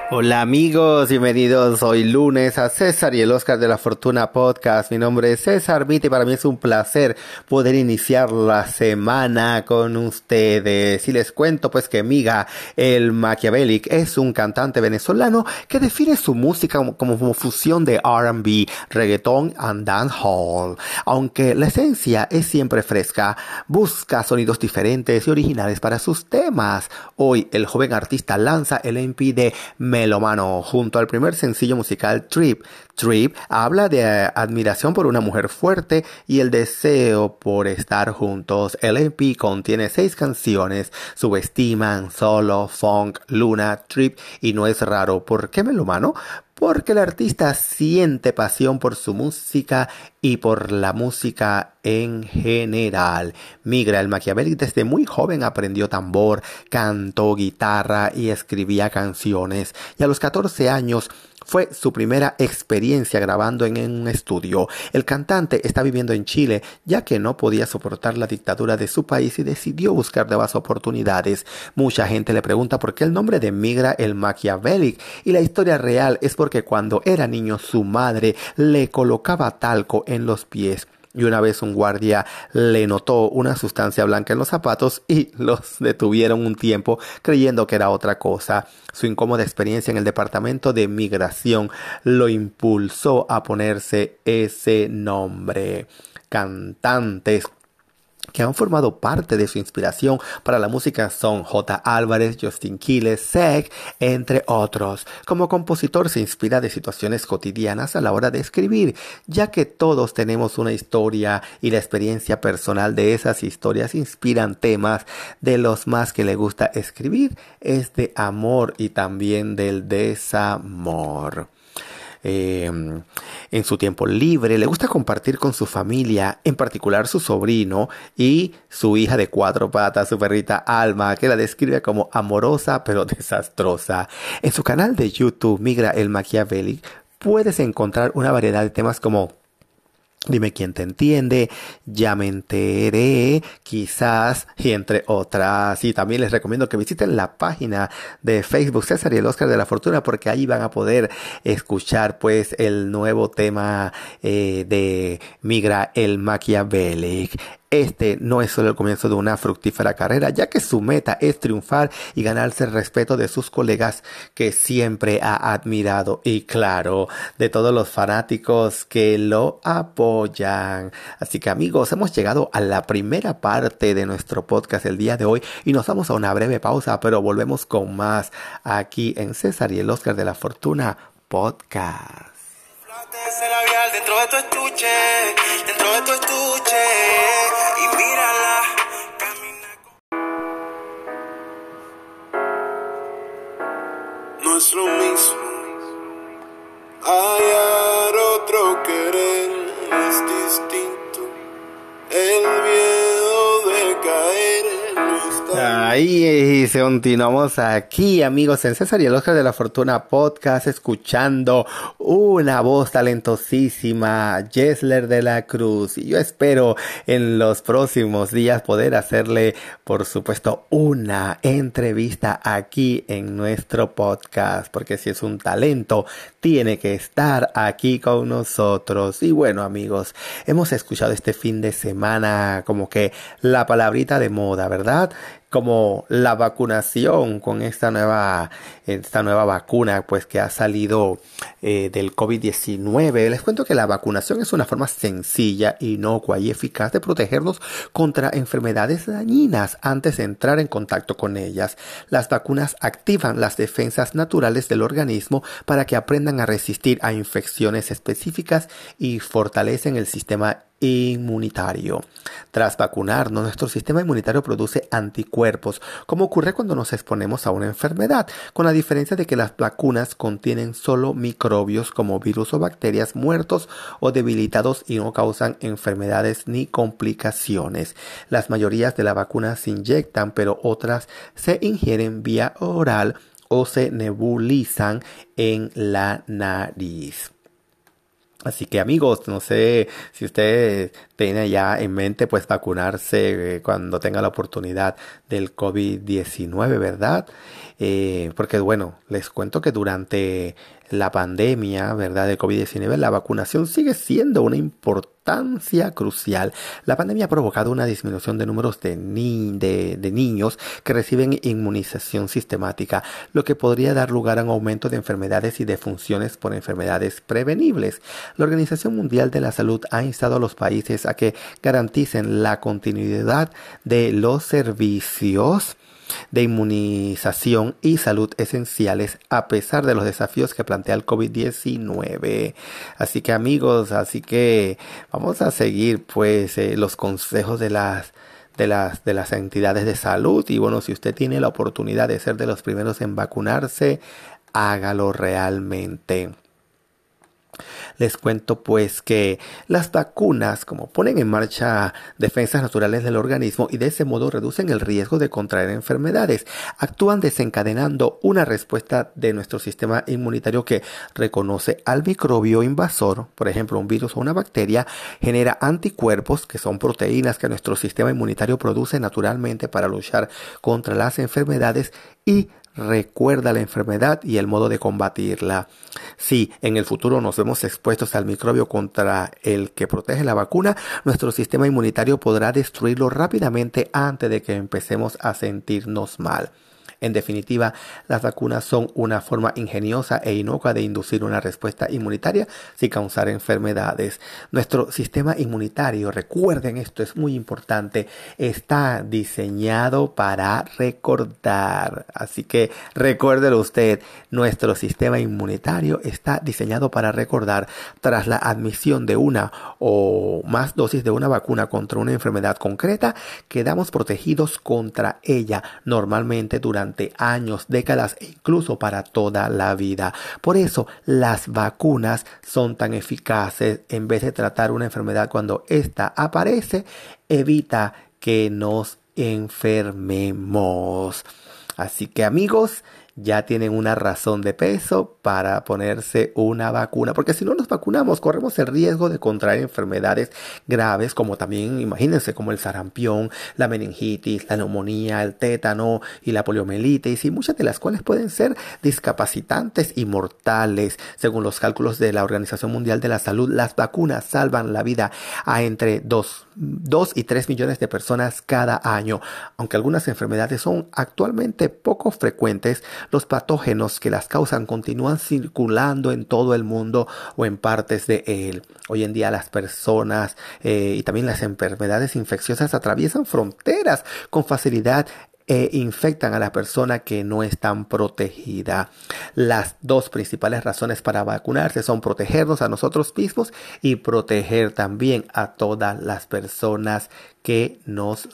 Hola amigos, bienvenidos hoy lunes a César y el Oscar de la Fortuna Podcast. Mi nombre es César Mite y para mí es un placer poder iniciar la semana con ustedes. Y les cuento pues que Miga el Machiavelli es un cantante venezolano que define su música como fusión de R&B, reggaetón and dancehall. Aunque la esencia es siempre fresca, busca sonidos diferentes y originales para sus temas. Hoy el joven artista lanza el EP de Melómano junto al primer sencillo musical Trip. Trip habla de admiración por una mujer fuerte y el deseo por estar juntos. El EP contiene 6 canciones: Subestiman, Solo, Funk, Luna, Trip y No es raro. ¿Por qué Melómano? Porque el artista siente pasión por su música y por la música en general. Migra el Machiavelli desde muy joven aprendió tambor, cantó guitarra y escribía canciones. Y a los 14 años fue su primera experiencia grabando en un estudio. El cantante está viviendo en Chile, ya que no podía soportar la dictadura de su país y decidió buscar nuevas oportunidades. Mucha gente le pregunta por qué el nombre de Migra el Machiavelli, y la historia real es porque cuando era niño su madre le colocaba talco en los pies. Y una vez un guardia le notó una sustancia blanca en los zapatos y los detuvieron un tiempo creyendo que era otra cosa. Su incómoda experiencia en el departamento de migración lo impulsó a ponerse ese nombre. Cantantes que han formado parte de su inspiración para la música son J. Álvarez, Justin Quiles, Seg, entre otros. Como compositor se inspira de situaciones cotidianas a la hora de escribir, ya que todos tenemos una historia y la experiencia personal de esas historias inspiran temas. De los más que le gusta escribir es de amor y también del desamor. En su tiempo libre le gusta compartir con su familia, en particular su sobrino y su hija de 4 patas, su perrita Alma, que la describe como amorosa pero desastrosa. En su canal de YouTube Migra el Machiavelli puedes encontrar una variedad de temas como Dime quién te entiende, Ya me enteré, Quizás, y entre otras. Y también les recomiendo que visiten la página de Facebook César y el Oscar de la Fortuna, porque ahí van a poder escuchar pues el nuevo tema de Migra el Machiavelli. Este no es solo el comienzo de una fructífera carrera, ya que su meta es triunfar y ganarse el respeto de sus colegas que siempre ha admirado y, claro, de todos los fanáticos que lo apoyan. Así que, amigos, hemos llegado a la primera parte de nuestro podcast el día de hoy y nos vamos a una breve pausa, pero volvemos con más aquí en César y el Oscar de la Fortuna Podcast. Ese labial dentro de tu estuche, y mírala, camina con... No es lo mismo hallar otro querer, es distinto el miedo de caer en nuestra... Ahí continuamos aquí, amigos, en César y el Oscar de la Fortuna Podcast, escuchando una voz talentosísima, Yesler de la Cruz. Y yo espero en los próximos días poder hacerle, por supuesto, una entrevista aquí en nuestro podcast, porque si es un talento, tiene que estar aquí con nosotros. Y bueno, amigos, hemos escuchado este fin de semana como que la palabrita de moda, ¿verdad? Como la vacunación con esta nueva vacuna pues que ha salido del COVID-19. Les cuento que la vacunación es una forma sencilla, inocua y eficaz de protegernos contra enfermedades dañinas antes de entrar en contacto con ellas. Las vacunas activan las defensas naturales del organismo para que aprendan a resistir a infecciones específicas y fortalecen el sistema inmunitario. Tras vacunarnos, nuestro sistema inmunitario produce anticuerpos, como ocurre cuando nos exponemos a una enfermedad, con la diferencia de que las vacunas contienen solo microbios como virus o bacterias muertos o debilitados y no causan enfermedades ni complicaciones. Las mayorías de las vacunas se inyectan, pero otras se ingieren vía oral o se nebulizan en la nariz. Así que, amigos, no sé si usted tiene ya en mente pues vacunarse cuando tenga la oportunidad del COVID-19, ¿verdad? Porque bueno, les cuento que durante la pandemia, ¿verdad?, del COVID-19, la vacunación sigue siendo una importancia crucial. La pandemia ha provocado una disminución de números de niños que reciben inmunización sistemática, lo que podría dar lugar a un aumento de enfermedades y defunciones por enfermedades prevenibles. La Organización Mundial de la Salud ha instado a los países a que garanticen la continuidad de los servicios de inmunización y salud esenciales a pesar de los desafíos que plantea el COVID-19. Así que amigos, vamos a seguir pues los consejos de las entidades de salud. Y bueno, si usted tiene la oportunidad de ser de los primeros en vacunarse, hágalo realmente. Les cuento pues que las vacunas, como ponen en marcha defensas naturales del organismo y de ese modo reducen el riesgo de contraer enfermedades, actúan desencadenando una respuesta de nuestro sistema inmunitario que reconoce al microbio invasor, por ejemplo un virus o una bacteria, genera anticuerpos que son proteínas que nuestro sistema inmunitario produce naturalmente para luchar contra las enfermedades y recuerda la enfermedad y el modo de combatirla. Si en el futuro nos vemos expuestos al microbio contra el que protege la vacuna, nuestro sistema inmunitario podrá destruirlo rápidamente antes de que empecemos a sentirnos mal. En definitiva, las vacunas son una forma ingeniosa e inocua de inducir una respuesta inmunitaria sin causar enfermedades. Nuestro sistema inmunitario, recuerden esto, es muy importante, está diseñado para recordar. Así que recuérdelo usted, nuestro sistema inmunitario está diseñado para recordar. Tras la admisión de una o más dosis de una vacuna contra una enfermedad concreta, quedamos protegidos contra ella, normalmente durante años, décadas e incluso para toda la vida. Por eso las vacunas son tan eficaces. En vez de tratar una enfermedad cuando ésta aparece, evita que nos enfermemos. Así que amigos, ya tienen una razón de peso para ponerse una vacuna, porque si no nos vacunamos corremos el riesgo de contraer enfermedades graves, como también, imagínense, como el sarampión, la meningitis, la neumonía, el tétano y la poliomielitis, y muchas de las cuales pueden ser discapacitantes y mortales. Según los cálculos de la Organización Mundial de la Salud, las vacunas salvan la vida a entre 2 y 3 millones de personas cada año. Aunque algunas enfermedades son actualmente poco frecuentes, los patógenos que las causan continúan circulando en todo el mundo o en partes de él. Hoy en día las personas y también las enfermedades infecciosas atraviesan fronteras con facilidad e infectan a la persona que no es tan protegida. Las dos principales razones para vacunarse son protegernos a nosotros mismos y proteger también a todas las personas que nos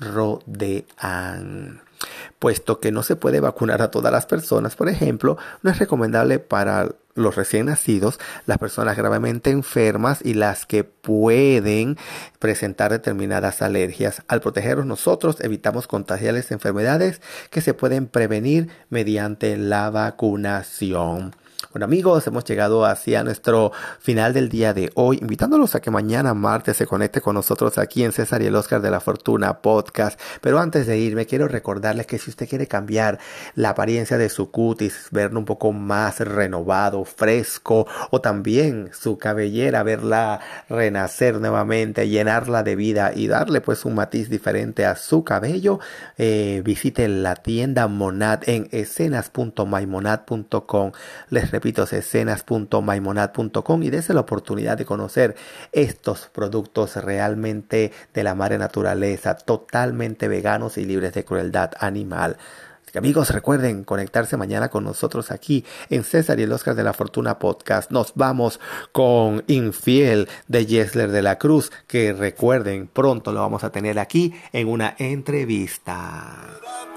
rodean. Puesto que no se puede vacunar a todas las personas, por ejemplo, no es recomendable para los recién nacidos, las personas gravemente enfermas y las que pueden presentar determinadas alergias. Al protegernos nosotros, evitamos contagiarles enfermedades que se pueden prevenir mediante la vacunación. Bueno amigos, hemos llegado hacia nuestro final del día de hoy, invitándolos a que mañana martes se conecte con nosotros aquí en César y el Oscar de la Fortuna Podcast. Pero antes de irme, quiero recordarles que si usted quiere cambiar la apariencia de su cutis, verlo un poco más renovado, fresco, o también su cabellera, verla renacer nuevamente, llenarla de vida y darle pues un matiz diferente a su cabello, visite la tienda Monad en escenas.mymonad.com. Les repito, escenas.mymonad.com y dése la oportunidad de conocer estos productos realmente de la madre naturaleza, totalmente veganos y libres de crueldad animal. Así que amigos, recuerden conectarse mañana con nosotros aquí en César y el Oscar de la Fortuna Podcast. Nos vamos con Infiel de Yesler de la Cruz, que recuerden, pronto lo vamos a tener aquí en una entrevista.